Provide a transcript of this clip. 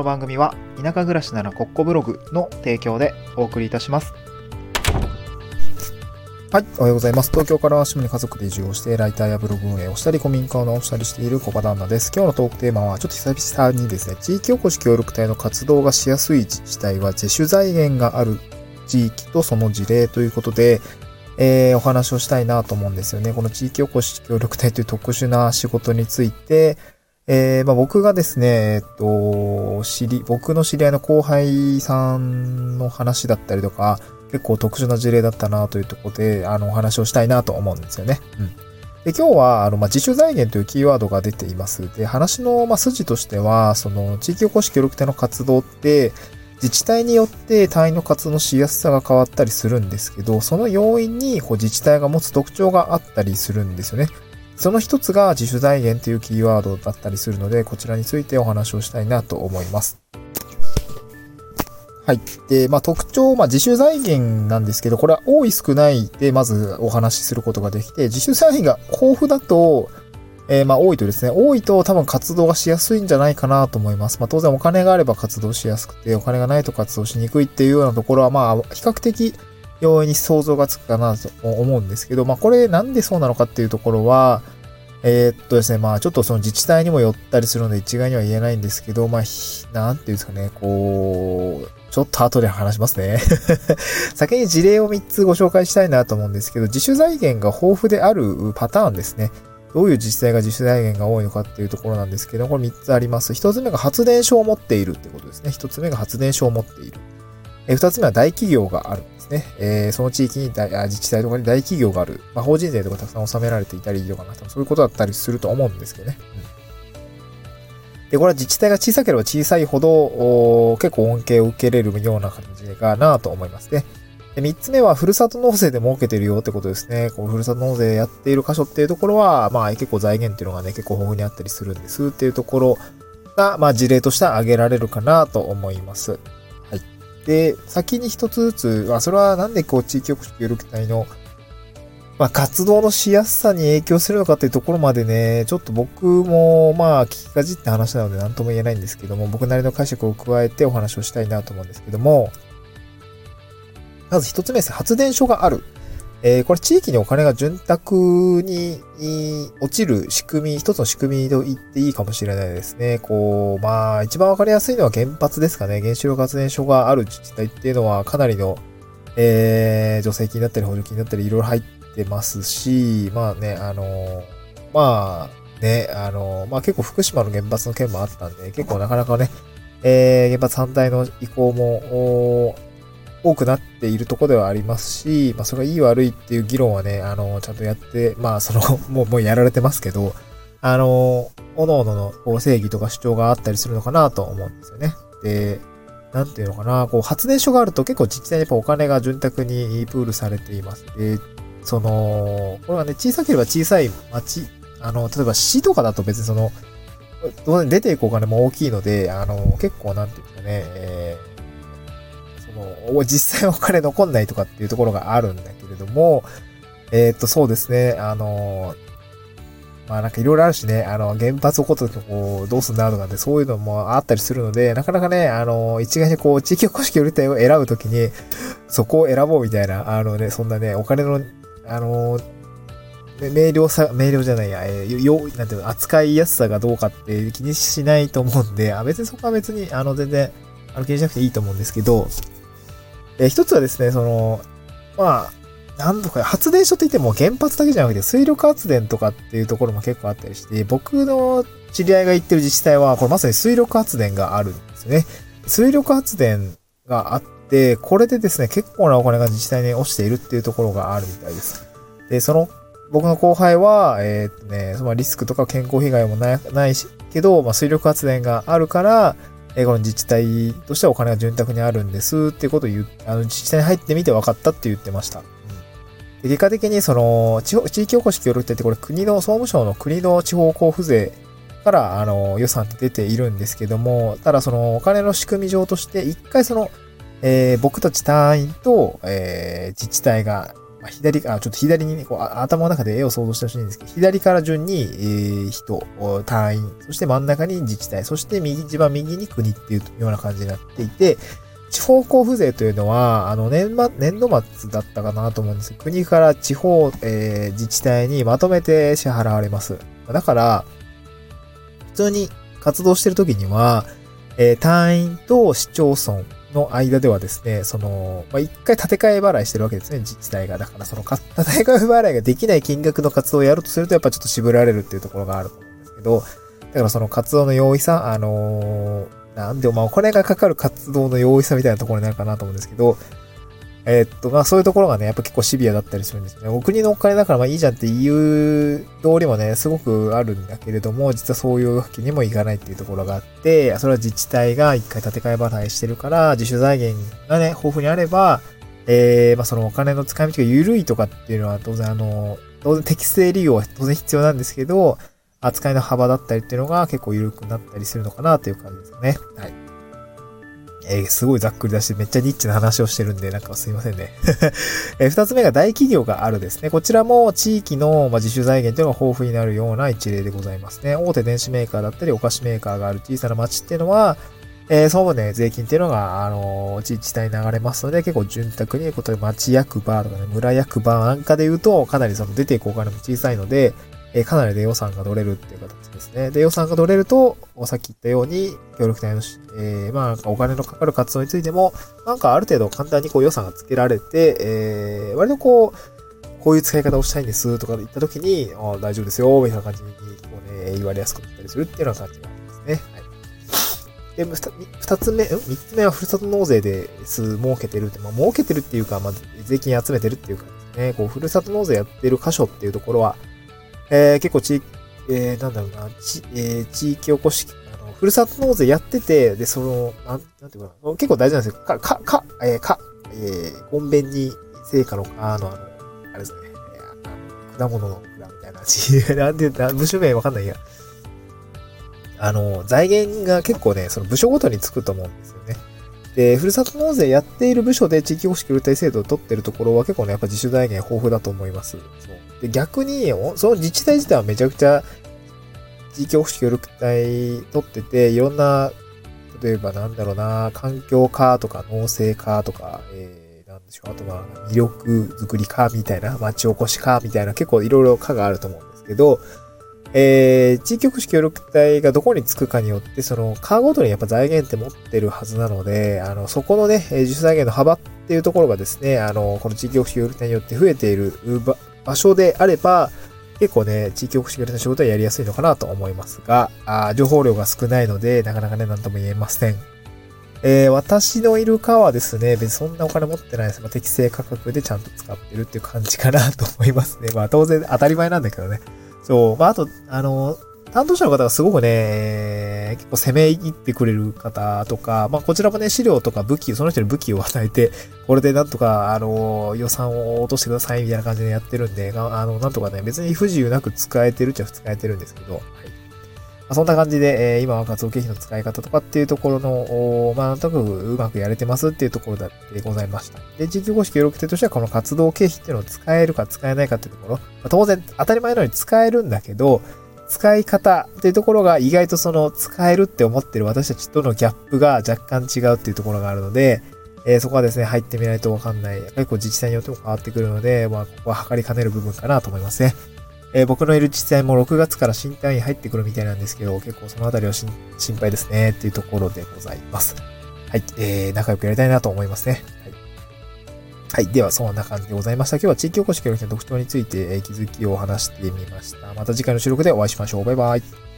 の番組は田舎暮らしならコッコブログの提供でお送りいたします。 はい、おはようございます。東京から趣味に家族で移住をしてライターやブログ運営をしたり古民家を直したりしている小場旦那です。今日のトークテーマはちょっと久々にですね、地域おこし協力隊の活動がしやすい自治体は自主財源がある地域とその事例ということで、お話をしたいなと思うんですよね。この地域おこし協力隊という特殊な仕事について、僕がですね、僕の知り合いの後輩さんの話だったりとか、結構特殊な事例だったなというところで、お話をしたいなと思うんですよね。で、今日は、自主財源というキーワードが出ています。で、話の、筋としては、その、地域おこし協力隊の活動って、自治体によって隊員の活動のしやすさが変わったりするんですけど、その要因に自治体が持つ特徴があったりするんですよね。その一つが自主財源というキーワードだったりするので、こちらについてお話をしたいなと思います。はい。で、特徴、自主財源なんですけど、これは多い少ないでまずお話しすることができて、自主財源が豊富だと、多いとですね、多いと多分活動がしやすいんじゃないかなと思います。当然お金があれば活動しやすくて、お金がないと活動しにくいっていうようなところは、比較的容易に想像がつくかなと思うんですけど、これなんでそうなのかっていうところは、ですね、ちょっとその自治体にもよったりするので一概には言えないんですけど、なんていうんですかね、ちょっと後で話しますね。先に事例を3つご紹介したいなと思うんですけど、自主財源が豊富であるパターンですね。どういう自治体が自主財源が多いのかっていうところなんですけど、これ3つあります。1つ目が発電所を持っているってことですね。1つ目が発電所を持っている。2つ目は大企業があるんですね。その地域に自治体とかに大企業がある。法人税とかたくさん納められていたりとかそういうことだったりすると思うんですけどね。で、これは自治体が小さければ小さいほど、結構恩恵を受けれるような感じかなと思いますね。で、3つ目は、ふるさと納税で儲けてるよってことですね。ふるさと納税やっている箇所っていうところは、結構財源っていうのがね、結構豊富にあったりするんですっていうところが、事例として挙げられるかなと思います。はい。で、先に一つずつ、それはなんで地域おこし協力隊の活動のしやすさに影響するのかっていうところまでね、ちょっと僕も、聞きかじって話なので何とも言えないんですけども、僕なりの解釈を加えてお話をしたいなと思うんですけども、まず一つ目ですね、発電所がある。これ地域にお金が潤沢に落ちる仕組み、一つの仕組みと言っていいかもしれないですね。一番わかりやすいのは原発ですかね。原子力発電所がある自治体っていうのはかなりの、助成金だったり補助金だったりいろいろ入ってますし、結構福島の原発の件もあったんで、結構なかなかね、原発反対の意向も多くなっているところではありますし、それがいい悪いっていう議論はね、ちゃんとやって、もうやられてますけど、各々の正義とか主張があったりするのかなと思うんですよね。で、なんていうのかな、発電所があると結構自治体にやっぱお金が潤沢にプールされています。で、これはね、小さければ小さい町、例えば市とかだと別に当然出ていくお金も大きいので、結構なんていうんですかね、実際お金残んないとかっていうところがあるんだけれども、そうですね、いろいろあるしね、原発起こった時どうすんだとかね、そういうのもあったりするので、なかなかね、一概に地域おこし協力隊を選ぶときに、そこを選ぼうみたいな、そんなね、お金の、明瞭じゃないや、なんていうの、扱いやすさがどうかって気にしないと思うんで、別にそこは別に、全然、気にしなくていいと思うんですけど、一つはですね、なんとか発電所って言っても原発だけじゃなくて水力発電とかっていうところも結構あったりして、僕の知り合いが言ってる自治体は、これまさに水力発電があるんですよね。水力発電があって、これでですね、結構なお金が自治体に落ちているっていうところがあるみたいです。で、僕の後輩は、リスクとか健康被害もないし、けど、水力発電があるから、この自治体としてはお金が潤沢にあるんですっていうことを自治体に入ってみて分かったって言ってました。で、結果的に地域おこし協力隊ってこれ総務省の国の地方交付税から予算って出ているんですけども、ただお金の仕組み上として一回僕たち隊員と、自治体がちょっと左にね、頭の中で絵を想像してほしいんですけど、左から順に、人、単位、そして真ん中に自治体、そして一番右に国っていうような感じになっていて、地方交付税というのは、年度末だったかなと思うんですけど、国から地方、自治体にまとめて支払われます。だから、普通に活動してる時には、単位と市町村の間ではですね、一回建て替え払いしてるわけですね、自治体が。だから、建て替え払いができない金額の活動をやるとすると、やっぱちょっと渋られるっていうところがあると思うんですけど、だからその活動の容易さ、お金がかかる活動の容易さみたいなところになるかなと思うんですけど、そういうところがね、やっぱ結構シビアだったりするんですね。お国のお金だからいいじゃんっていう通りもね、すごくあるんだけれども、実はそういうわけにもいかないっていうところがあって、それは自治体が一回建て替え払いしてるから、自主財源がね、豊富にあれば、そのお金の使い道が緩いとかっていうのは当然適正利用は当然必要なんですけど、扱いの幅だったりっていうのが結構緩くなったりするのかなという感じですかね。はい。すごいざっくり出してめっちゃニッチな話をしてるんで、なんかすいませんね。二つ目が大企業があるですね。こちらも地域の自主財源というのが豊富になるような一例でございますね。大手電子メーカーだったりお菓子メーカーがある小さな町っていうのは、そのね、税金っていうのが、自治体に流れますので、結構潤沢に、町役場とかね、村役場なんかで言うと、かなり出ていくお金も小さいので、かなりで予算が取れるっていう形ですね。で、予算が取れると、さっき言ったように、協力隊のお金のかかる活動についても、なんかある程度簡単に予算がつけられて、割とこういう使い方をしたいんですとか言った時に、大丈夫ですよ、みたいな感じに、言われやすくなったりするっていうような感じがありますね。はい。で、三つ目はふるさと納税で儲けてるって、儲けてるっていうか、税金集めてるっていうかですね、ふるさと納税やってる箇所っていうところは、結構地域おこし、ふるさと納税やってて、で、なんていうかな、結構大事なんですよ。ごんべんに成果のあれですね、果物の蔵みたいな字、なんていう部署名わかんないや。財源が結構ね、その部署ごとにつくと思うんですよね。で、ふるさと納税やっている部署で地域おこし協力隊制度を取っているところは結構ね、やっぱ自主財源豊富だと思います。そう。で、逆に、その自治体自体はめちゃくちゃ地域おこし協力隊取ってて、いろんな、例えば環境課とか農政課とか、あと魅力作り課みたいな、町おこし課みたいな結構いろいろ課があると思うんですけど、地域おこし協力隊がどこにつくかによって、その、課ごとにやっぱ財源って持ってるはずなので、そこのね、自主財源の幅っていうところがですね、この地域おこし協力隊によって増えている場所であれば、結構ね、地域おこし協力隊の仕事はやりやすいのかなと思いますが、情報量が少ないので、なかなかね、なんとも言えません。私のいる課はですね、別にそんなお金持ってないです。適正価格でちゃんと使ってるっていう感じかなと思いますね。当然当たり前なんだけどね。そう。あと、担当者の方がすごくね、結構攻め入ってくれる方とか、こちらもね、資料とかその人に武器を与えて、これでなんとか、予算を落としてくださいみたいな感じでやってるんで、なんとかね、別に不自由なく使えてるっちゃ使えてるんですけど、はい。そんな感じで、今は活動経費の使い方とかっていうところの、なんとなくうまくやれてますっていうところでございました。で、地域おこし協力隊としてはこの活動経費っていうのを使えるか使えないかっていうところ、当然当たり前のように使えるんだけど、使い方っていうところが意外と使えるって思ってる私たちとのギャップが若干違うっていうところがあるので、そこはですね、入ってみないとわかんない。結構自治体によっても変わってくるので、ここは測りかねる部分かなと思いますね。僕のいる自治体も6月から新単位入ってくるみたいなんですけど、結構そのあたりは心配ですねっていうところでございます。はい。仲良くやりたいなと思いますね。はい。では、そんな感じでございました。今日は地域おこし協力隊の特徴について、気づきを話してみました。また次回の収録でお会いしましょう。バイバイ。